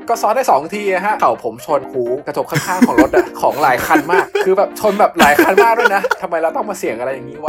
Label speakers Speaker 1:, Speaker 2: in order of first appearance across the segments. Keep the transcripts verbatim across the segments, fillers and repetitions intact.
Speaker 1: ก็ซ้อนได้สองทีฮะเข่าผมชนหูกระจกข้างๆของรถอะของหลายคันมากคือแบบชนแบบหลายคันมากด้วยนะทำไมเราต้องมาเสี่ยงอะไรอย่างนี้วะ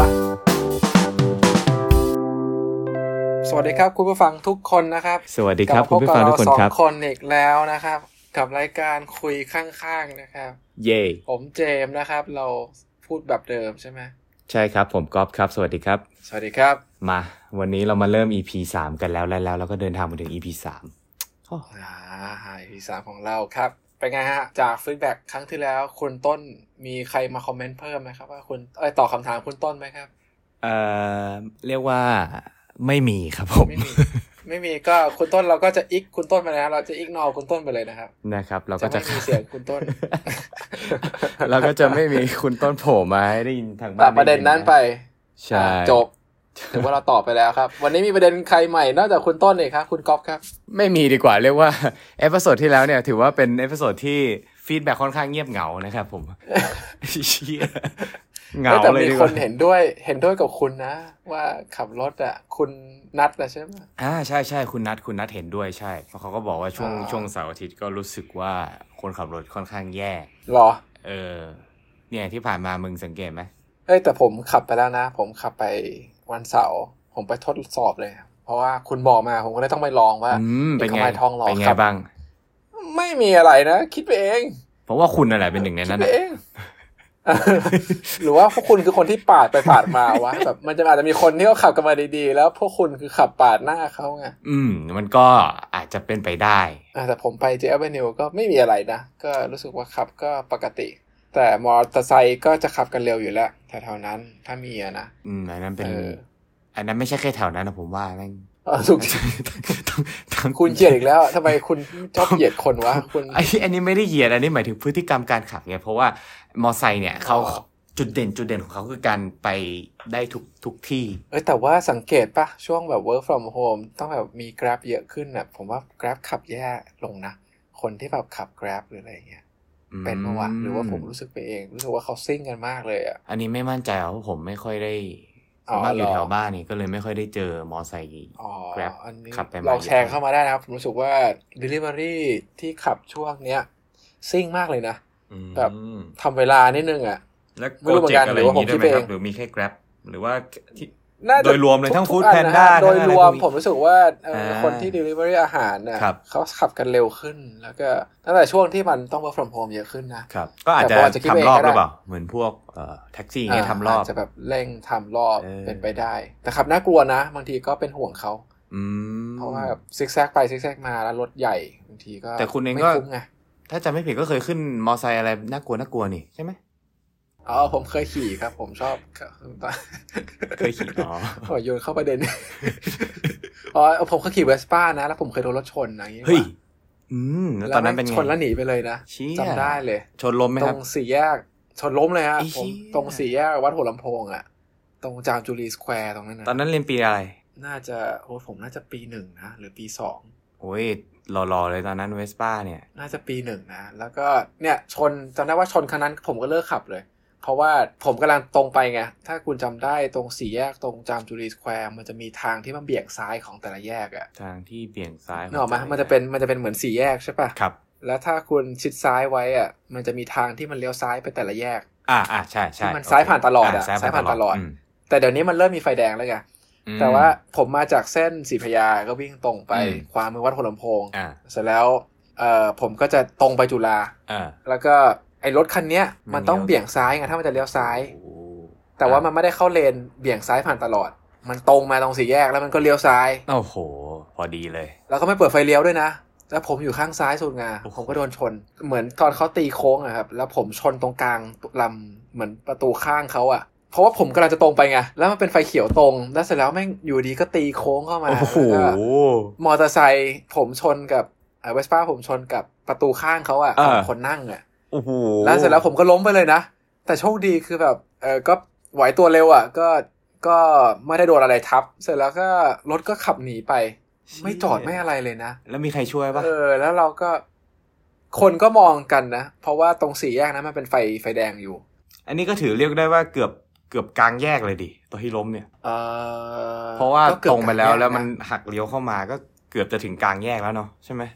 Speaker 1: สวัสดีครับคุณผู้ฟังทุกคนนะครับ
Speaker 2: สวัสดีครับคุณผู้ฟังทุกคนครับ
Speaker 1: สองคนอีกแล้วนะครับกับรายการคุยข้างๆนะครับ
Speaker 2: เย่
Speaker 1: ผมเจมส์นะครับเราพูดแบบเดิมใช่ไหม
Speaker 2: ใช่ครับผมก๊อฟครับสวัสดีครับ
Speaker 1: สวัสดีครับ
Speaker 2: มาวันนี้เรามาเริ่ม อี พี สามกันแล้วแล้วแล้วเราก็เดินทางมาถึง อี พี สาม
Speaker 1: อ๋ออ่า อี พี สามของเราครับเป็นไงฮะจากฟีดแบ็กครั้งที่แล้วคุณต้นมีใครมาคอมเมนต์เพิ่มไหมครับว่าคุณเอ้ยตอบคำถามคุณต้นไหมครับ
Speaker 2: เอ่อเรียกว่าไม่มีครับผม
Speaker 1: ไม่มีไม่มีก็คุณต้นเราก็จะอิกคุณต้นไปนะเราจะอิกนอคุณต้นไปเลยนะครับ
Speaker 2: นะครับเราก็จะ
Speaker 1: ไม่มีเสียงคุณต้น
Speaker 2: เราก็จะไม่มีคุณต้นโผล่มาให้ได้ยินทางบ้าน
Speaker 1: ประเด็นนั้นไป
Speaker 2: ใช่
Speaker 1: จบถือว่าเราตอบไปแล้วครับวันนี้มีประเด็นใครใหม่นอกจากคุณต้นเองครับคุณก๊อฟครับ
Speaker 2: ไม่มีดีกว่าเรียกว่าเอพิโซดที่แล้วเนี่ยถือว่าเป็นเอพิโซดที่ฟีดแบ็กค่อนข้างเงียบเหงานะครับผมเชี่ยเหงาเลยดีกว่าแต่มี
Speaker 1: คนเห็นด้วยเห็นด้วยกับคุณนะว่าขับรถอ่ะคุณนัดนะใช่ไหม
Speaker 2: อ่าใช่ใช่คุณนัดคุณนัดเห็นด้วยใช่เพราะเขาก็บอกว่าช่วงช่วงเสาร์อาทิตย์ก็รู้สึกว่าคนขับรถค่อนข้างแย่
Speaker 1: หรอ
Speaker 2: เออเนี่ยที่ผ่านมามึงสังเกตไหม
Speaker 1: เอ้ยแต่ผมขับไปแล้วนะผมขับไปวันเสาร์ผมไปทดสอบเลยเพราะว่าคุณบอกมาผมก็เลยต้องไปลองว่า
Speaker 2: เป็นไง
Speaker 1: ท้องรอ
Speaker 2: เป็นไงบ้าง
Speaker 1: ไม่มีอะไรนะคิดไปเอง
Speaker 2: เพราะว่าคุณนั่นแหละเป็นหนึ่งในนั้น
Speaker 1: คิดไปเองหรือว่าพวกคุณคือคนที่ปาดไปปาดมาวะแบบมันจะอาจจะมีคนที่เขาขับกันมาดีๆแล้วพวกคุณคือขับปาดหน้าเขาไง
Speaker 2: อืมมันก็อาจจะเป็นไปได้
Speaker 1: แต่ผมไปเจแอเวนิวก็ไม่มีอะไรนะก็รู้สึกว่าขับก็ปกติแต่มอเตอร์ไซค์ก็จะขับกันเร็วอยู่แล้วแถวๆนั้นถ้ามีอะนะ
Speaker 2: อืมอันนั้นเป็นอันนั้นไม่ใช่แค่แถวนั้นนะผมว่าแม่ง
Speaker 1: ถูกคุณเหยียดอีกแล้วทำไมคุณชอบเหยียดคนวะคุณ
Speaker 2: ไอ้อันนี้ไม่ได้เหยียดอันนี้หมายถึงพฤติกรรมการขับไงเพราะว่ามอไซค์เนี่ยเขาจุดเด่นจุดเด่นของเขาคือการไปได้ทุกทุกที่
Speaker 1: เอ้ยแต่ว่าสังเกตป่ะช่วงแบบ work from home ต้องแบบมี Grab เยอะขึ้นน่ะผมว่า Grab ขับแย่ลงนะคนที่แบบขับ Grab หรืออะไรเงี้ยเป็นมาวะหรือว่าผมรู้สึซิ่งไปเองรู้สึกว่าเขาซิ่งกันมากเลยอ่ะ
Speaker 2: อันนี้ไม่มั่นใจเพราะผมไม่ค่อยได้บ้านอยู่แถวบ้านนี่ก็เลยไม่ค่อยได้เจอมอไซค์ Grab ขับไปมา
Speaker 1: เราแชร์เข้ามาได้นะครับผมรู้สึกว่า delivery ที่ขับช่วงเนี้ยซิ่งมากเลยนะแบบทำเวลานิดนึงอ่ะ
Speaker 2: แล้วโปรเจกต์อะไรอย่างนี้ได้ไหมครับหรือมีแค่ Grab หรือว่าโดยรวมเลยทั้ง Food Panda
Speaker 1: โดยรวมผมรู้สึกว่าคนที่ delivery อาหารน่ะเขาขับกันเร็วขึ้นแล้วก็ตั้งแต่ช่วงที่มันต้อง work from home เยอะขึ้นนะครับ
Speaker 2: ก็อาจจะทำรอบหรือเปล่าเหมือนพวกแท็กซี่เงี้ยทำรอบ
Speaker 1: อาจจะแบบเร่งทำรอบเป็นไปได้แต่ขับน่ากลัวนะบางทีก็เป็นห่วงเขาเพราะว่าซิกแซกไปซิกแซกมาแล้วรถใหญ่บางทีก็
Speaker 2: แต่คุณเองก็ถ้าจำไม่ผิดก็เคยขึ้นมอไซค์อะไรน่ากลัวน่ากลัวนี่ใช่ไหม
Speaker 1: อ๋อผมเคยขี่ครับผมชอบ
Speaker 2: เคยขี่อ๋อ
Speaker 1: โอ้ยโยนเข้าประเด็นอ๋อผมเคยขี่เวสป้านะแล้วผมเคยโดนรถชนอย่างงี้
Speaker 2: เฮ้ยอืมแล้วตอนนั้นเป็นไง
Speaker 1: ชนแล้วหนีไปเลยนะจำได้เลย
Speaker 2: ชนล้มไหมครับ
Speaker 1: ตรงสี่แยกชนล้มเลยฮะผมตรงสี่แยกวัดหัวลำโพงอ่ะตรงจามจุรีสแควร์ตรงนั้นนะ
Speaker 2: ตอนนั้นเรียนปีอะไร
Speaker 1: น่าจะโอ้ผมน่าจะปีหนึ่งนะหรือปีสอง
Speaker 2: โอ้ยหล่อๆเลยตอนนั้นเวสป้าเนี่ย
Speaker 1: น่าจะปีหนึ่งนะแล้วก็เนี่ยชนจำได้ว่าชนคันนั้นผมก็เลิกขับเลยเพราะว่าผมกำลังตรงไปไงถ้าคุณจำได้ตรงสี่แยกตรงจามจุรีสแควร์มันจะมีทางที่มันเบี่ยงซ้ายของแต่ละแยกอะ
Speaker 2: ทางที่เบี่ยงซ้าย
Speaker 1: นึกออกมั้ยมันจะเป็นมันจะเป็นเหมือนสี่แยกใช่ป่ะ
Speaker 2: ครับ
Speaker 1: แล้วถ้าคุณชิดซ้ายไว้อะมันจะมีทางที่มันเลี้ยวซ้ายไปแต่ละแยก
Speaker 2: อ่าๆใช่
Speaker 1: ๆมันซ้ายผ่านตลอดอะซ้ายผ่านตลอดแต่เดี๋ยวนี้มันเริ่มมีไฟแดงแล้วไงแต่ว่าผมมาจากเส้นศรีพระยาก็วิ่งตรงไปขวามือวัดหัวลำโพงเสร็จแล้วเอ่อผมก็จะตรงไปจุฬาแล้วก็ไอ้รถคันเนี้ยมันต้องเบี่ยงซ้ายไงถ้ามันจะเลี้ยวซ้ายแต่ว่ามันไม่ได้เข้าเลนเบี่ยงซ้ายผ่านตลอดมันตรงมาตรงสี่แยกแล้วมันก็เลี้ยวซ้าย
Speaker 2: โอ้โหพอดีเลย
Speaker 1: แล้วก็ไม่เปิดไฟเลี้ยวด้วยนะแล้วผมอยู่ข้างซ้ายสุดไงผมก็โดนชนเหมือนตอนเขาตีโค้งอะครับแล้วผมชนตรงกลางลำเหมือนประตูข้างเขาอะเพราะว่าผมกำลังจะตรงไปไงแล้วมันเป็นไฟเขียวตรงแล้วเสร็จแล้วแม่งอยู่ดีก็ตีโค้งเข้ามาแล้วก็มอเตอร์ไซค์ผมชนกับเวสป้าผมชนกับประตูข้างเขาอะฝั่งคนนั่งอะ
Speaker 2: โอ้โห
Speaker 1: แล้วเสร็จแล้วผมก็ล้มไปเลยนะแต่โชคดีคือแบบเออก็ไหวตัวเร็วอ่ะก็ก็ไม่ได้โดนอะไรทับเสร็จแล้วก็รถก็ขับหนีไปไม่จอดไม่อะไรเลยนะ
Speaker 2: แล้วมีใครช่วยป่ะ
Speaker 1: เออแล้วเราก็คนก็มองกันนะเพราะว่าตรงสี่แยกนั้นมันเป็นไฟไฟแดงอยู่
Speaker 2: อันนี้ก็ถือเรียกได้ว่าเกือบเกือบกลางแยกเลยดิตัวที่ล้มเนี่ย
Speaker 1: เออ
Speaker 2: เพราะว่าตรงไปแล้วแล้วมันหักเลี้ยวเข้ามาก็เกือบจะถึงกลางแยกแล้วเนาะใช่ไหม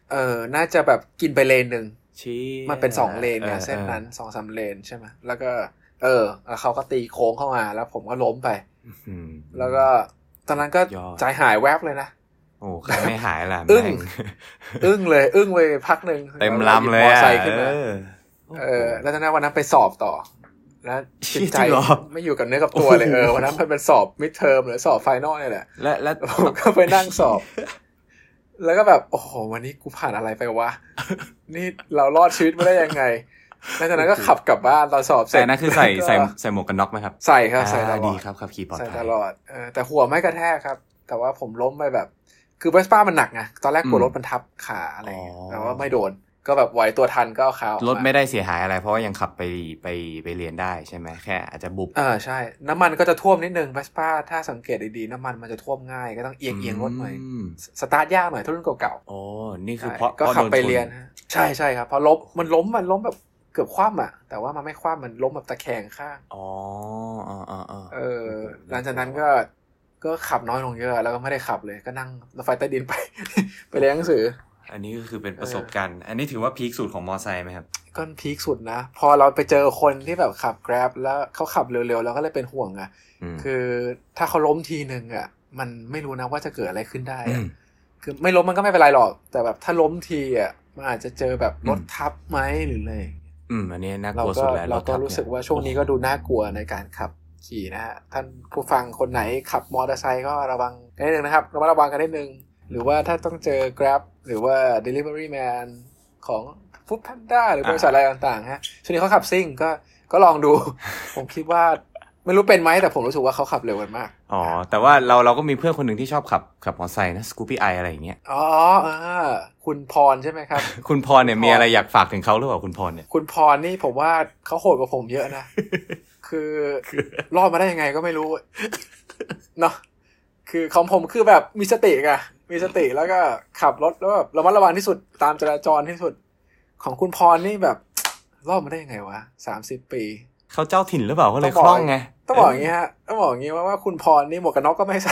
Speaker 1: เออน่าจะแบบกินไปเลนนึงมันเป็นสองเลนเนี่ยเส้นนั้น สองสาม เลนใช่มั้ยแล้วก็เออแล้วเขาก็ตีโค้งเข้ามาแล้วผมก็ล้มไปแล้วก็ตอนนั้นก็ใจหายแวบเลยนะ
Speaker 2: โอ้ใครไม่หายล่ะ
Speaker 1: อึ้งอึ้งเลยอึ้งไปพักนึง
Speaker 2: เต็มลำเลยอ่ะ
Speaker 1: เออแล้วตอนนั้นวันนั้นไปสอบต่อแล้วจิตใจไม่อยู่กับเนื้อกับตัวเลยเออวันนั้นมันเป็นสอบมิดเทอมหรือสอบไฟนอลนี่แหละ
Speaker 2: และแล้ว
Speaker 1: ผมก็ไปนั่งสอบแล้วก็แบบโอ้โหวันนี้กูผ่านอะไรไปวะนี่เรารอดชีวิตมาได้ยังไงแล้วจากนั้นก็ขับกลับบ้านตอนสอบเสร็จ
Speaker 2: แต่นั่นคือใส่ใส่ใส่หมวกกันน็อกไหมครับ
Speaker 1: ใส่ครับใส่ตลอด
Speaker 2: ดีครับขับขี่ปลอดภัย
Speaker 1: ใส่ตลอดเออแต่หัวไม่กระแทกครับแต่ว่าผมล้มไปแบบคือเวสป้ามันหนักไงตอนแรกกลัวรถมันทับขาอะไรอย่างเงี้ยแต่ว่าไม่โดนก็แบบไหวตัวทันก็เอาขาร
Speaker 2: ถไม่ได้เสียหายอะไรเพราะว่ายังขับไปไปไปเรียนได้ใช่ไหมแค่อาจจะบุบ
Speaker 1: อ่าใช่น้ำมันก็จะท่วมนิดนึงเวสป้าถ้าสังเกตดีๆน้ำมันมันจะท่วมง่ายก็ต้องเอียงเอียงรถหน่อยสตาร์ทยากหน่อยรุ่นเก่า
Speaker 2: ๆโอ้นี่คือเพราะ
Speaker 1: ก็ขับไปเรียนใช่ใช่ครับพอล้มมันล้มมันล้มแบบเกือบคว่ำอ่ะแต่ว่ามันไม่คว่ำมันล้มแบบตะแคงข้าง
Speaker 2: อ๋ออ๋ออ๋อ
Speaker 1: เออหลังจากนั้นก็ก็ขับน้อยลงเยอะแล้วก็ไม่ได้ขับเลยก็นั่งรถไฟใต้ดินไปไปเรียนหนังสือ
Speaker 2: อันนี้ก็คือเป็นประสบการณ์อันนี้ถือว่าพีคสุดของมอไซค์ไหมครับ
Speaker 1: ก็พีคสุดนะพอเราไปเจอคนที่แบบขับ Grab แล้วเขาขับเร็วๆเราก็เลยเป็นห่วงอ่ะคือถ้าเขาล้มทีนึงอ่ะมันไม่รู้นะว่าจะเกิดอะไรขึ้นได้คือไม่ล้มมันก็ไม่เป็นไรหรอกแต่แบบถ้าล้มทีอ่ะมันอาจจะเจอแบบรถทับไหมหรืออะไร
Speaker 2: อืมอันนี้น่ากลัวสุดแล้ว
Speaker 1: เราก็รู้สึกว่าช่วงนี้ก็ดูน่ากลัวในการขับขี่นะฮะท่านผู้ฟังคนไหนขับมอเตอร์ไซค์ก็ระวังกันนิดนึงนะครับระมัดระวังกันนิดนึงหรือว่าถ้าต้องเจอ Grab หรือว่า Delivery Man ของ Food Panda หรือบริษัทอะไรต่างๆฮะช่วงนี้เขาขับซิ่งก็ก็ลองดู ผมคิดว่าไม่รู้เป็นไหมแต่ผมรู้สึกว่าเขาขับเร็วกันมาก
Speaker 2: อ๋อแต่ว่าเราเราก็มีเพื่อนคนหนึ่งที่ชอบขับขับมอเตอร์ไซค์นะ Scoopy I อะไรอย่างเงี้ย
Speaker 1: อ๋ออ่าคุณพรใช่ไหมครับ
Speaker 2: คุณพรเนี่ยมีอะไรอยากฝากถึงเขาหรือเปล่าคุณพรเนี่ย
Speaker 1: คุณพรนี่ผมว่าเขาโหดกว่าผมเยอะนะ คือรอดมาได้ยังไงก็ไม่รู้เนาะคือของผมคือแบบมีสติไงมีสติแล้วก็ขับรถแล้วแบบระมัดระวังที่สุดตามจราจรที่สุดของคุณพรนี่แบบรอดมาได้ยังไงวะสามสิบปี
Speaker 2: เขาเจ้าถิ่นหรือเปล่าเขาเลยคล่องไง
Speaker 1: ต้องบอกอย่างงี้ฮะต้องบอกอย่างงี้ว่าว่าคุณพรนี่หมวกกันน็อกก็ไม่ใส่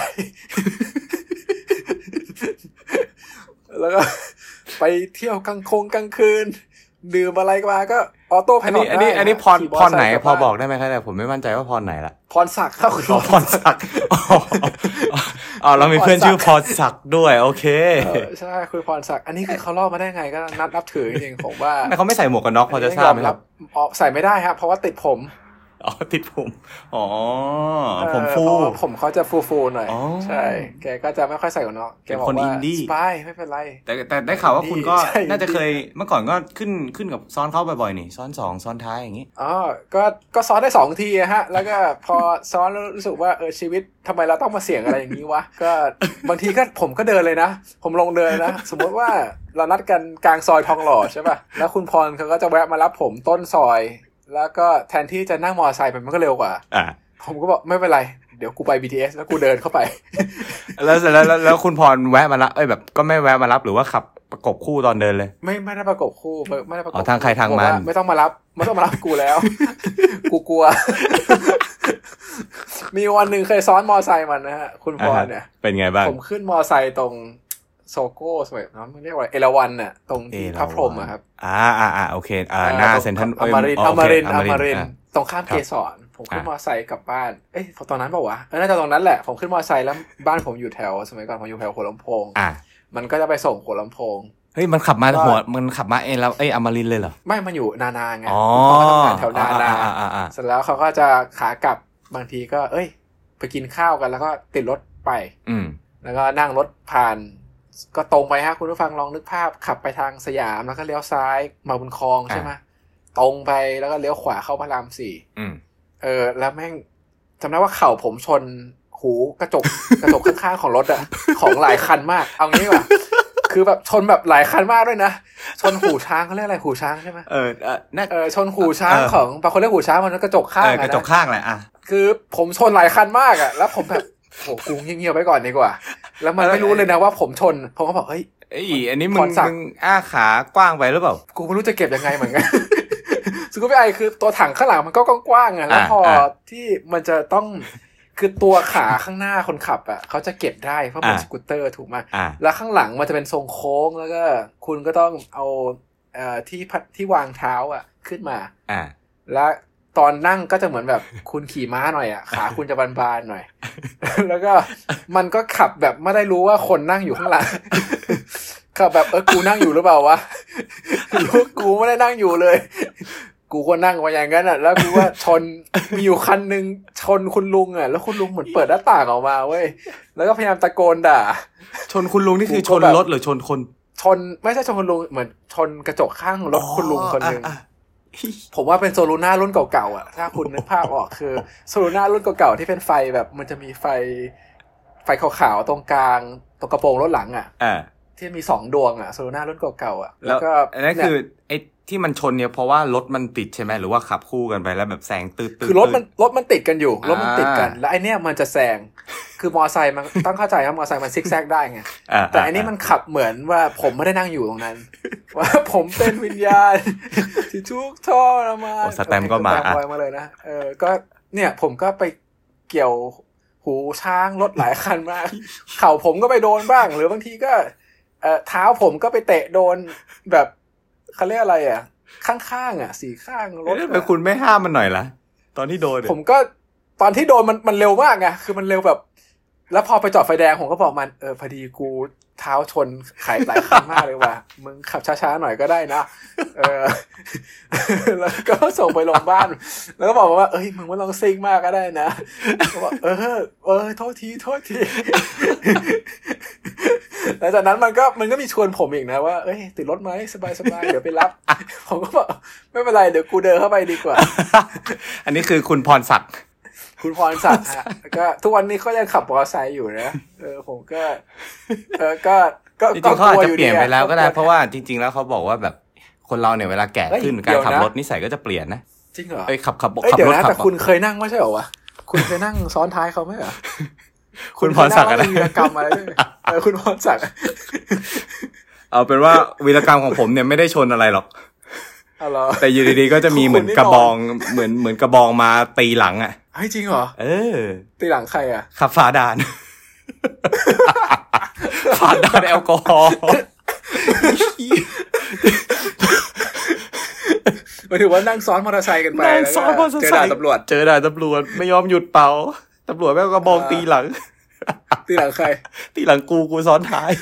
Speaker 1: แล้วก็ไปเที่ยวกลางคงกลางคืนดื่มอะไรมาก็ออโต้ไพลอตได้
Speaker 2: อันนี้อันนี้พรพรไหนพอบอกได้ไหมครับแต่ผมไม่มั่นใจว่าพรไหนละ
Speaker 1: พรศักดิ์ครับคุณ
Speaker 2: พรศักดิ์อ๋อเรามีเพื่อนชื่อพรศักดิ์ด้วยโอเค
Speaker 1: ใช่คุณพรศักดิ์อันนี้คือเขาเล่ามาได้ไงก็นับนับถือจริงๆผมว่า
Speaker 2: แต่เขาไม่ใส่หมวกกันน็อกพอจะทราบไหมครับ
Speaker 1: อ๋อใส่ไม่ได้ครับเพราะว่าติดผม
Speaker 2: อ๋อติดผมอ๋อผมฟู
Speaker 1: ผมเขาจะฟูๆหน่อยใช่แกก็จะไม่ค่อยใส่หมวกน็อกแกบอกว่าสบายไม่เป็นไร
Speaker 2: แต่แต่ได้ข่าวว่าคุณก็น่าจะเคยเมื่อก่อนก็ขึ้นขึ้นกับซ้อนเข้าบ่อยๆนี่ซ้อนสองซ้อนท้ายอย่างงี้
Speaker 1: อ๋อก็ก็ซ้อนได้สองทีฮะแล้วก็พอซ้อนแล้วรู้สึกว่าเออชีวิตทำไมเราต้องมาเสี่ยงอะไรอย่างนี้วะก็บางทีก็ผมก็เดินเลยนะผมลงเดินนะสมมติว่าเรานัดกันกลางซอยทองหล่อใช่ป่ะแล้วคุณพรเขาก็จะแวะมารับผมต้นซอยแล้วก็แทนที่จะนั่งมอเตอร์ไซค์ไปมันก็เร็วกว่าอ่าผมก็บอกไม่เป็นไรเดี๋ยวกูไป บี ที เอส แล้วกูเดินเข้าไป
Speaker 2: แล้วแล้วแล้วคุณพรแวะมารับเอ้ยแบบก็ไม่แวะมารับหรือว่าขับประกบคู่ตอนเดินเลย
Speaker 1: ไม่ไม่ได้ประกบคู่ไม่ได้ประกบอ๋อ
Speaker 2: ทางใครทางมัน
Speaker 1: ไม่ต้องมารับไม่ต้องมารับกูแล้วกูกลัวมีวันนึงเคยซ้อนมอเตอร์ไซค์มันนะฮะคุณพรเนี่ย
Speaker 2: เป็นไงบ้าง
Speaker 1: ผมขึ้นมอเตอร์ไซค์ตรงโซโก้สมัยนั้นมันเรียกว่าเอราวัณน่ะตรงพระพรหมอ่ะครับ
Speaker 2: อ่าอ่าอ่าโอเคอ่าหน้าเซ็นทรัล
Speaker 1: อมรินทร์อมรินทร์อมรินทร์ตรงข้ามเกสรผมขึ้นมอเตอร์ไซค์กลับบ้านเอ้ยตอนนั้นป่าววะน่าจะตรงนั้นแหละผมขึ้นมอเตอร์ไซค์แล้วบ้านผมอยู่แถวสมัยก่อนผมอยู่แถวหัวลำโพงอ่ามันก็จะไปส่งหัวลำโพง
Speaker 2: เฮ้ยมันขับมาหัวมันขับมาเองแล้วเอ้ยอมรินทร์เลยเหรอ
Speaker 1: ไม่มันอยู่นานาไงเขาทำงานแถวนานาเสร็จแล้วเขาก็จะขากลับบางทีก็เอ้ยไปกินข้าวกันแล้วก็ติดรถไปอืมแล้วก็นั่งรถผ่านก็ตรงไปฮะคุณผู้ฟังลองนึกภาพขับไปทางสยามแล้วก็เลี้ยวซ้ายมาบนคลองใช่ไหมตรงไปแล้วก็เลี้ยวขวาเข้าพระรามสี่เออแล้วแม่งจำได้ว่าเข่าผมชนหูกระจกกระจกข้างๆของรถอะของหลายคันมากเอางี้ว่ะคือแบบชนแบบหลายคันมากด้วยนะชนหูช้างเขาเรียกอะไรหูช้างใช่ไหม
Speaker 2: เออ
Speaker 1: เออชนหูช้างของบางคนเรียกหูช้างมันกระจกข้าง
Speaker 2: กระจกข้างแหละอ่ะ
Speaker 1: คือผมชนหลายคันมากอะแล้วผมแบบโหกูเงียบๆไว้ก่อนดีกว่าแล้วมันไม่รู้เลยนะว่าผมชนผมก็บอกเฮ้ย
Speaker 2: ไอ้อันนี้มึงมึงอ้าขากว้างไปหรือเปล่า
Speaker 1: กูไม่รู้จะเก็บยังไงเหมือนกันซึ่งก็ไม่ไอคือตัวถังข้างหลังมันก็กว้างๆอ่ะแล้วพอที่มันจะต้องคือตัวขาข้างหน้าคนขับอ่ะเขาจะเก็บได้เพราะเป็นสกูตเตอร์ถูกไหมแล้วข้างหลังมันจะเป็นทรงโค้งแล้วก็คุณก็ต้องเอาเอ่อที่ที่วางเท้าอ่ะขึ้นมา
Speaker 2: อ่า
Speaker 1: แล้วตอนนั่งก็จะเหมือนแบบคุณขี่ม้าหน่อยอ่ะขาคุณจะบานๆหน่อยแล้วก็มันก็ขับแบบไม่ได้รู้ว่าคนนั่งอยู่ข้างหลังขับแบบเออกูนั่งอยู่หรือเปล่าวะรู้กูไม่ได้นั่งอยู่เลยกูก็นั่งมาอย่างนั้นอ่ะแล้วกูว่าชนมีอยู่คันนึงชนคุณลุงอ่ะแล้วคุณลุงเหมือนเปิดหน้าต่างออกมาเว้ยแล้วก็พยายามตะโกนด่า
Speaker 2: ชนคุณลุงนี่คือชนรถหรือชนคน
Speaker 1: ชนไม่ใช่ชนคุณลุงเหมือนชนกระจกข้างรถคุณลุงคนนึงผมว่าเป็นโซลูน่ารุ่นเก่าๆอ่ะถ้าคุณนึกภาพออกคือโซลูน่ารุ่นเก่าๆที่เป็นไฟแบบมันจะมีไฟไฟขาวๆตรงกลางตรงกระโปรงรถหลังอ่ะที่มีสองดวงอ่ะโซลูน่ารุ่นเก่าๆอ่ะ
Speaker 2: แล้วก็อันนั้นคือไอ้ที่มันชนเนี่ยเพราะว่ารถมันติดใช่ไหมหรือว่าขับคู่กันไปแล้วแบบแซงตืด
Speaker 1: ๆคือรถมันรถมันติดกันอยู่รถมันติดกันแล้วไอ้เนี่ยมันจะแซงคือมอไซค์มันต้องเข้าใจว่ามอไซค์มันซิกแซกได้ไงแต่อันนี้มันขับเหมือนว่าผมไม่ได้นั่งอยู่ตรงนั้นว่าผมเป็นวิญญาณที่ทุกท่อมา
Speaker 2: โอ้สแตมก็มาอ่ะ
Speaker 1: มาเลยนะเออก็เนี่ยผมก็ไปเกี่ยวหูช้างรถหลายคันมากเข่าผมก็ไปโดนบ้างหรือบางทีก็เอ่อเท้าผมก็ไปเตะโดนแบบเขาเรียกอะไรอ่ะข้างๆอ่ะสี่ข้างรถ
Speaker 2: แต่คุณไม่ห้ามมันหน่อยล่ะตอนที่โดน
Speaker 1: ผมก็ตอนที่โดนมันมันเร็วมากไงคือมันเร็วแบบแล้วพอไปจอดไฟแดงผมก็บอกมันเออพอดีกูเท้าชนไข่หลายคันมากเลยว่ะมึงขับช้าๆหน่อยก็ได้นะเออแล้วก็ส่งไปโรงพยาบาลแล้วก็บอกว่าเอ้ยมึงไม่ต้องซิ่งมากก็ได้นะก็บอกเออเออโทษทีโทษทีหลังจากนั้นมันก็มันก็มีชวนผมอีกนะว่าเอ้ยติดรถไหมสบายๆเดี๋ยวไปรับผมก็บอกไม่เป็นไรเดี๋ยวกูเดินเข้าไปดีกว่า
Speaker 2: อันนี้คือคุณพรศักดิ์
Speaker 1: คุณพรศักดิ์ฮะก็ทุกวันนี้ก็ยังขับมอเตอร์ไซค์อยู่นะเออผมก็เออก็ก็
Speaker 2: ก็เขาอาจจะเปลี่ยนไปแล้วก็ได้เพราะว่าจริงๆแล้วเขาบอกว่าแบบคนเราเนี่ยเวลาแก่ขึ้นการขับรถนิสัยก็จะเปลี่ยนนะ
Speaker 1: จริงเหรอ
Speaker 2: เอ้ยขับขับ
Speaker 1: ขับรถขับแต่คุณเคยนั่งไม่ใช่เหรอวะคุณเคยนั่งซ้อนท้ายเขาไหมเหรอ
Speaker 2: คุณพรศักดิ์อะไร
Speaker 1: วีรกรรมอะไรเออคุณพรศักดิ์
Speaker 2: เอาเป็นว่าวีรกรรมของผมเนี่ยไม่ได้ชนอะไรหรอกแต่อยู่ดีๆก็จะมีเหมือนกระบองเหมือนเหมือนกระบองมาตีหลังอ่ะ
Speaker 1: เฮ้ยจริงเหรอ
Speaker 2: เออ
Speaker 1: ตีหลังใครอ่ะ
Speaker 2: ขับฝ่าด่านฝ่าด่านแอลกอฮอล์
Speaker 1: หมายถึงว่านั่งซ้อนมอเตอร์ไซค์กันไปแล้วเจอด่านตำรวจ
Speaker 2: เจอด่านตำรวจไม่ยอมหยุดเป่าตำรวจแม่งกระบองตีหลัง
Speaker 1: ตีหลังใคร
Speaker 2: ตีหลังกูกูซ้อนท้าย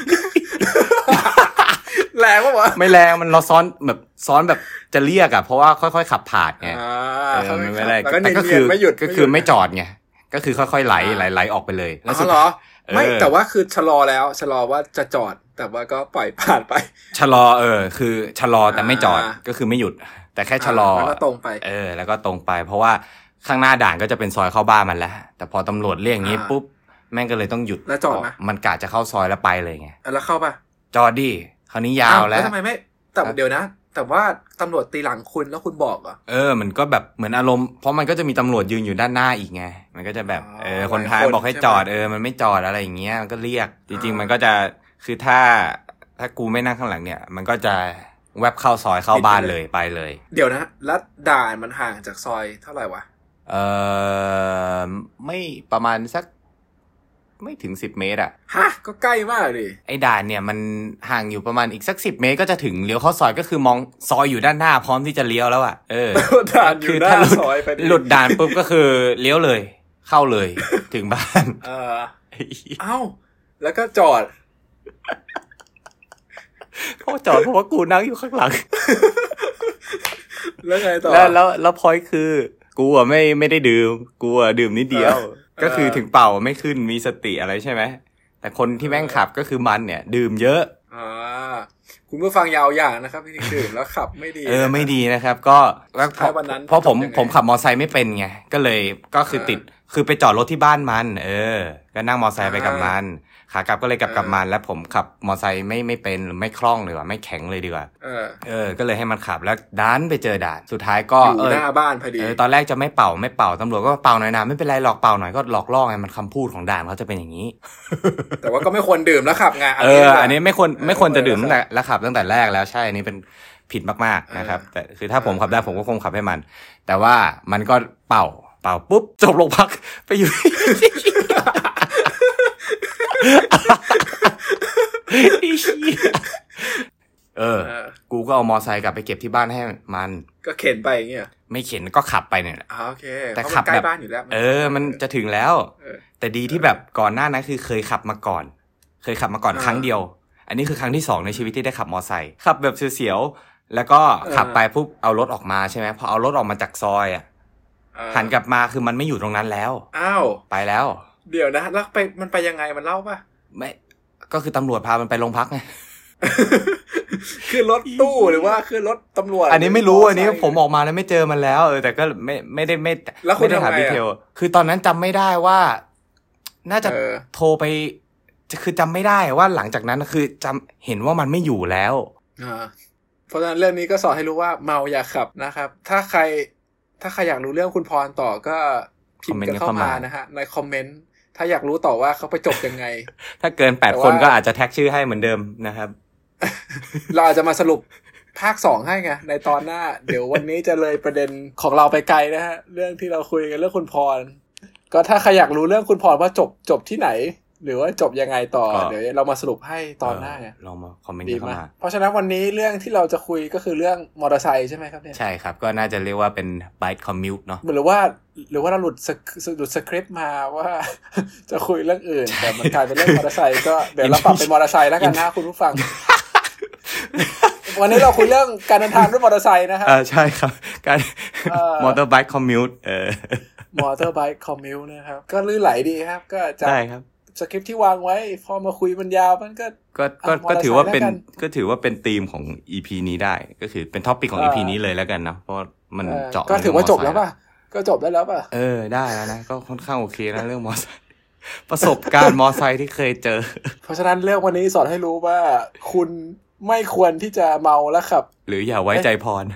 Speaker 1: แรงปะวะ
Speaker 2: ไม่แรงมันเราซ้อนแบบซ้อนแบบจะเรียกอ่ะเพราะว่าค่อยๆขับผ่านไงเออไม่ได้แต่ก็คือก็คือไม่จอดไงก็คือค่อยๆไหลไหลๆออกไปเลย
Speaker 1: แล้วสุดเหรอไม่แต่ว่าคือชะลอแล้วชะลอว่าจะจอดแต่ว่าก็ปล่อยผ่านไป
Speaker 2: ชะลอเออคือชะลอแต่ไม่จอดก็คือไม่หยุดแต่แค่ชะลอ
Speaker 1: แล้วก็ตรงไป
Speaker 2: เออแล้วก็ตรงไปเพราะว่าข้างหน้าด่านก็จะเป็นซอยเข้าบ้านมันแล้วแต่พอตำรวจเรียกอย่างงี้ปุ๊บแม่งก็เลยต้องหยุด
Speaker 1: แล้วจอดมั้ย
Speaker 2: มันกะจะเข้าซอยแล้วไปเลยไง
Speaker 1: แล้วเข้าป่ะ
Speaker 2: จอดดิคราวนี้ยาวแล้ว
Speaker 1: แล้วทำไมไม่แต่เดี๋ยวนะแต่ว่าตำรวจตีหลังคุณแล้วคุณบอกเหรอ
Speaker 2: เออมันก็แบบเหมือนอารมณ์เพราะมันก็จะมีตำรวจยืนอยู่ด้านหน้าอีกไงมันก็จะแบบเออคนท้ายบอกให้จอดเออมันไม่จอดอะไรอย่างเงี้ยมันก็เรียกจริงๆมันก็จะคือถ้าถ้ากูไม่นั่งข้างหลังเนี่ยมันก็จะแวบเข้าซอยเข้าบ้านเลยไปเลย
Speaker 1: เดี๋ยวนะแล้วด่านมันห่างจากซอยเท่าไหร่วะ
Speaker 2: เออไม่ประมาณสักไม่ถึงสิบเมตรอ่ะ
Speaker 1: ฮะก็ใกล้มากดิ
Speaker 2: ไอ้ด่านเนี่ยมันห่างอยู่ประมาณอีกสักสิบเมตรก็จะถึงเลี้ยวเข้าซอยก็คือมองซอยอยู่ด้านหน้าพร้อมที่จะเลี้ยวแล้วอ่ะเออ
Speaker 1: ด่านอยู่หน้าซอยไป
Speaker 2: หลุดด่านปุ๊บก็คือเลี้ยวเลยเข้าเลยถึงบ้าน
Speaker 1: เออเอ้าแล้วก็จอด
Speaker 2: พอจอดเพราะว่ากูนั่งอยู่ข้างหลัง
Speaker 1: แล้วไงต่อ
Speaker 2: แล้วแล้วแล้วพอยคือกูอ่ะไม่ไม่ได้ดื่มกูอ่ะดื่มนิดเดียวก็คือถึงเป่าไม่ขึ้นมีสติอะไรใช่ไหมแต่คนที่แม่งขับก็คือมันเนี่ยดื่มเยอะ
Speaker 1: อ่าคุณผู้ฟังยาวอย่างนะครับพี่ดื่มแล้วขับไม่ดี
Speaker 2: เออไม่ดีนะครับก็แล้วเพราะผมผมขับมอไซค์ไม่เป็นไงก็เลยก็คือติดคือไปจอดรถที่บ้านมันเออก็นั่งมอไซค์ไปกับมันขากลับก็เลยกลับกับมันแล้วผมขับมอไซค์ไม่ไม่เป็นหรือไม่คล่องเลยว่าไม่แข็งเลยดีกว่า
Speaker 1: เออ
Speaker 2: เออก็เลยให้มันขับแล้วดันไปเจอด่านสุดท้ายก็
Speaker 1: อยู่หน้าบ้านพอดี
Speaker 2: เออตอนแรกจะไม่เป่าไม่เป่าตำรวจก็เป่าหน่อยนะไม่เป็นไรหรอกเป่าหน่อยก็หลอกล่อไงมันคำพูดของด่านเขาจะเป็นอย่างนี้
Speaker 1: แต่ว่าก็ไม่ควรดื่มแล้วขับไง
Speaker 2: เอออันนี้ไม่ควรไม่ควรจะดื่มตั้งแต่แล้วขับตั้งแต่แรกแล้วใช่อันนี้เป็นผิดมากๆนะครับแต่คือถ้าผมขับได้ผมก็คงขับให้มันแต่ว่ามันก็เป่าเปล่าปุ๊บจบโรงพักไปอยู่ เออกูก็เอามอไซค์กลับไปเก็บที่บ้านให้มัน
Speaker 1: ก็เข็นไปอย่างเงี้ย
Speaker 2: ไม่เข็นก็ขับไปเนี่ย
Speaker 1: อ๋อโอเคแต่ขับใกล้บ้านอยู่แล้ว
Speaker 2: เออมันจะถึงแล้วแต่ดีที่แบบก่อนหน้านั้นคือเคยขับมาก่อนเคยขับมาก่อนครั้งเดียวอันนี้คือครั้งที่สองในชีวิตที่ได้ขับมอไซค์ขับแบบเสียวๆแล้วก็ขับไปปุ๊บเอารถออกมาใช่ไหมพอเอารถออกมาจากซอยอ่ะหันกลับมาคือมันไม่อยู่ตรงนั้นแล้ว
Speaker 1: อ้าว
Speaker 2: ไปแล้ว
Speaker 1: เดี๋ยวนะแล้วไปมันไปยังไงมันเล่าป่ะ
Speaker 2: ไม่ก็คือตำรวจพามันไปโรงพักไง
Speaker 1: คือรถตู้หรือว่าคือรถตำรวจ
Speaker 2: อันนี้ไม่รู้อันนี้ผมออกมาแล้วไม่เจอมันแล้วเออแต่ก็ไม่ไม่ได้ไม่ไม่ได้ถามดีเทลคือตอนนั้นจำไม่ได้ว่าน่าจะโทรไปคือจำไม่ได้ว่าหลังจากนั้นคือจำเห็นว่ามันไม่อยู่แล้ว
Speaker 1: อ่าเพราะฉะนั้นเรื่องนี้ก็สอนให้รู้ว่าเมาอย่าขับนะครับถ้าใครถ้าใครอยากรู้เรื่องคุณพรต่อก็พิมพ์กันเข้ามานะฮะในคอมเมนต์ถ้าอยากรู้ต่อว่าเขาไปจบยังไง
Speaker 2: ถ้าเกินแปดคนก็อาจจะแท็กชื่อให้เหมือนเดิมนะครับ
Speaker 1: เราอาจจะมาสรุปภาคสองให้ไงในตอนหน้าเดี๋ยววันนี้จะเลยประเด็นของเราไปไกลนะฮะเรื่องที่เราคุยกันเรื่องคุณพรก็ถ้าใครอยากรู้เรื่องคุณพรว่าจบจบที่ไหนหรือว่าจบยังไงต่อเดี๋ยวเรามาสรุปให้ตอนหน้าไง
Speaker 2: ลองมาคอมเมนต์เข้ามา
Speaker 1: เพราะฉะนั้นวันนี้เรื่องที่เราจะคุยก็คือเรื่องมอเตอร์ไซค์ใช่ไหมครับเนี่ย
Speaker 2: ใช่ครับก็น่าจะเรียกว่าเป็นไบค์คอมมิวต์เนาะ
Speaker 1: หรือว่าหรือว่าเราหลุดหลุดสคริปต์มาว่าจะคุยเรื่องอื่นแต่มันกลายเป็นเรื่องมอเตอร์ไซค์ก็เดี๋ยวเราปรับเป็นมอเตอร์ไซค์แล้วกันนะคุณผู้ฟังวันนี้เราคุยเรื่องการเดินทางด้วยมอเตอร์ไซค์นะครับ
Speaker 2: อ่าใช่ครับการมอเตอร์ไบค์คอมมิวต์เออ
Speaker 1: มอเตอร์ไบค์คอมมิวต์นะครับก็ลื่นไหลดีครับก็จะ
Speaker 2: ได้ครับ
Speaker 1: สคริปต์ที่วางไว้พอมาคุยมันยาวมันก็
Speaker 2: ก็ก็ก็ถือว่าเป็นก็ถือว่าเป็นธีมของ อี พี นี้ได้ก็คือเป็นท็อปิกของ อี พี นี้เลยแล้วกันนะเพราะมันเจาะ
Speaker 1: ก็ถือว่าจบแล้วป่ะก็จบได้แล้วป่ะ
Speaker 2: เออได้แล้วนะก็ค่อนข้างโอเคนะเรื่องมอไซค์ประสบการณ์มอไซค์ที่เคยเจอ
Speaker 1: เพราะฉะนั้นเรื่องวันนี้สอนให้รู้ว่าคุณไม่ควรที่จะเมาแล้วขับ
Speaker 2: หรืออย่าไว้ใจพร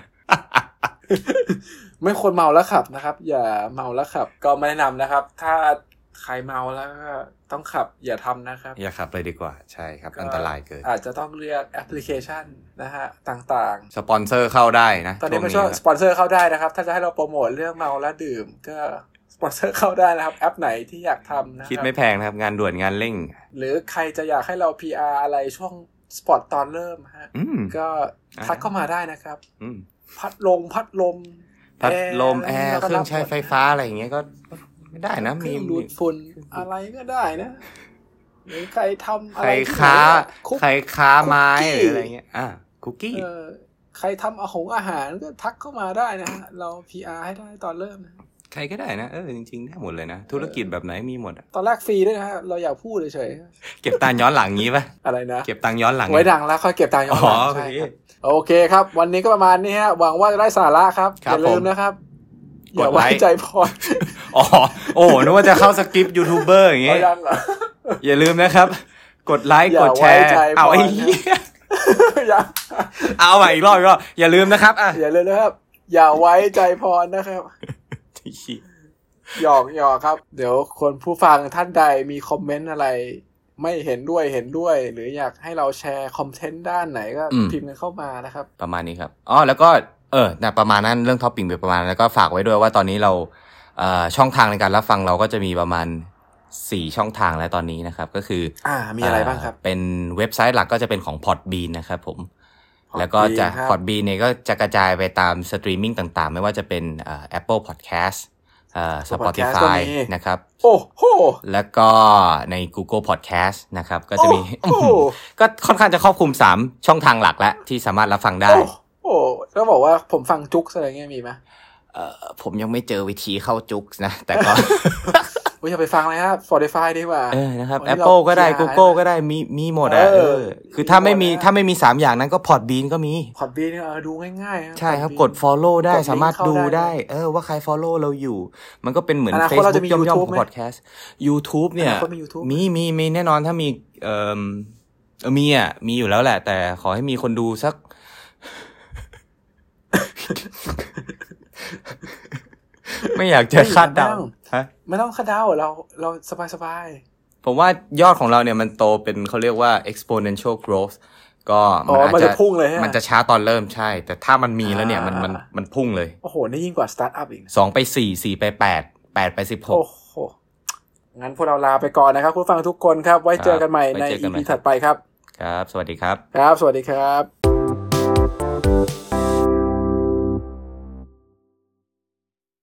Speaker 1: ไม่ควรเมาแล้วขับนะครับอย่าเมาแล้วขับก็ไม่แนะนำนะครับถ้าใครเมาแล้วก็ต้องขับอย่าทำนะครับ
Speaker 2: อย่าขับเลยดีกว่าใช่ครับอันตรายเกิน
Speaker 1: อาจจะต้องเลือกแอปพลิเคชันนะฮะต่าง
Speaker 2: ๆสปอนเซอร์เข้าได้นะ
Speaker 1: ตอนนี้มันช่วยสปอนเซอร์เข้าได้นะครับถ้าจะให้เราโปรโมทเรื่องเมาแล้วดื่มก็สปอนเซอร์เข้าได้นะครับแอปไหนที่อยากทำนะครับ
Speaker 2: คิดไม่แพงนะครับงานด่วนงานเร่ง
Speaker 1: หรือใครจะอยากให้เรา พี อาร์ อะไรช่วงสปอตตอนเริ่มฮะก็ทักเข้ามาได้นะครับพัดลมพัดลม
Speaker 2: พัดลมแอร์เครื่องใช้ไฟฟ้าอะไรอย่างเงี้ยก็ไม่ได้นะมี
Speaker 1: ดูดฝุ่นอะไรก็ได้นะหรือใครทำอะไร
Speaker 2: ใครค้าใครค้าไม้หรืออะไรเงี้ยอ่ะคุกกี้
Speaker 1: ใครทำอาหงอาหารก็ทักเข้ามาได้นะฮะเรา พี อาร์ ให้ได้ตอนเริ่มนะ
Speaker 2: ใครก็ได้นะเออจริงๆได้หมดเลยนะธุรกิจแบบไหนมีหมด
Speaker 1: ตอนแรกฟรีด้วยนะฮะเราอยากพูดเฉย
Speaker 2: ๆเก็บตังค์ย้อนหลังงี้ป่ะ
Speaker 1: อะไรนะ
Speaker 2: เก็บตังค์ย้อนหลัง
Speaker 1: ไว้ดังแล้วค่อยเก็บตังค์ย้อนหลังใช่โอเคครับวันนี้ก็ประมาณนี้ฮะหวังว่าจะได้สาระครับอย่าลืมนะครับอย่าไว้ใจพอ
Speaker 2: อ๋อโอ้นึกว่าจะเข้าสคริปต์ยูทูบเบอร์อย่างเงี้ยอย่าลืมนะครับกดไลค์กดแชร์เอาไอ้เหี้ยเอาใหม่อีกรอบอีกรอบอย่าลืมนะครับอ่ะ
Speaker 1: อย่าลืมนะครับอย่าไว้ใจพรนะครับหยอกหยอกครับเดี๋ยวคนผู้ฟังท่านใดมีคอมเมนต์อะไรไม่เห็นด้วยเห็นด้วยหรืออยากให้เราแชร์คอนเทนต์ด้านไหนก็พิมพ์กันเข้ามานะครับ
Speaker 2: ประมาณนี้ครับอ๋อแล้วก็เออนะประมาณนั้นเรื่องท็อปปิ้งไปประมาณแล้วก็ฝากไว้ด้วยว่าตอนนี้เราเอ่อช่องทางในการรับฟังเราก็จะมีประมาณสี่ช่องทางแล้วตอนนี้นะครับก็คือ
Speaker 1: อ่ามีอะไรบ้างครับ
Speaker 2: เป็นเว็บไซต์หลักก็จะเป็นของ Podbean นะครับผมแล้วก็จะ Podbean เนี่ยก็จะกระจายไปตามสตรีมมิ่งต่างๆไม่ว่าจะเป็นเอ่อ Apple Podcast เอ่อ Spotify นะครับ
Speaker 1: โอ้โห
Speaker 2: แล้วก็ใน Google Podcast นะครับก็จะมีก็ค่อนข้างจะครอบคลุมสามช่องทางหลักแล้วที่สามารถรับฟังได้
Speaker 1: โอ้ก็บอกว่าผมฟังจุกอะไรเงี้ยมีไหม
Speaker 2: เอ่อผมยังไม่เจอวิธีเข้าจุกนะแต่ก็
Speaker 1: ว่าจะไปฟังเลยครับ Spotify ดีกว่า
Speaker 2: เออนะครับ Apple ก็ได้ Google ก็ได้มีมีหมดอ่ะเออคือถ้าไม่มีถ้าไม่มีสามอย่างนั้นก็ Podbean ก็มี
Speaker 1: Podbean เออดูง่ายๆ
Speaker 2: ใช่ครับกด follow ได้สามารถดูได้เออว่าใคร follow เราอยู่มันก็เป็นเหมือน Facebook ย่อมๆของ podcast YouTube เนี่ยมีมีมีแน่นอนถ้ามีเอ่อเออมีอ่ะมีอยู่แล้วแหละแต่ขอให้มีคนดูสักไม่อยากจะคาดเดา
Speaker 1: ฮะไม่ต้องคาดเดาเราเราสบาย
Speaker 2: ๆผมว่ายอดของเราเนี่ยมันโตเป็นเขาเรียกว่า exponential growth ก็
Speaker 1: มันอาจจะพุ่งเลย
Speaker 2: มันจะช้าตอนเริ่มใช่แต่ถ้ามันมีแล้วเนี่ยมันมันมันพุ่งเลย
Speaker 1: โอ้โหนี่ยิ่งกว่าสตาร์ทอัพอีก
Speaker 2: สองไปสี่ สี่ไปแปดแปดไปสิบหก
Speaker 1: โอ้โหงั้นพวกเราลาไปก่อนนะครับคุณฟังทุกคนครับไว้เจอกันใหม่ใน อี พี ถัดไปครับ
Speaker 2: ครับสวัสดีครับ
Speaker 1: ครับสวัสดีครับ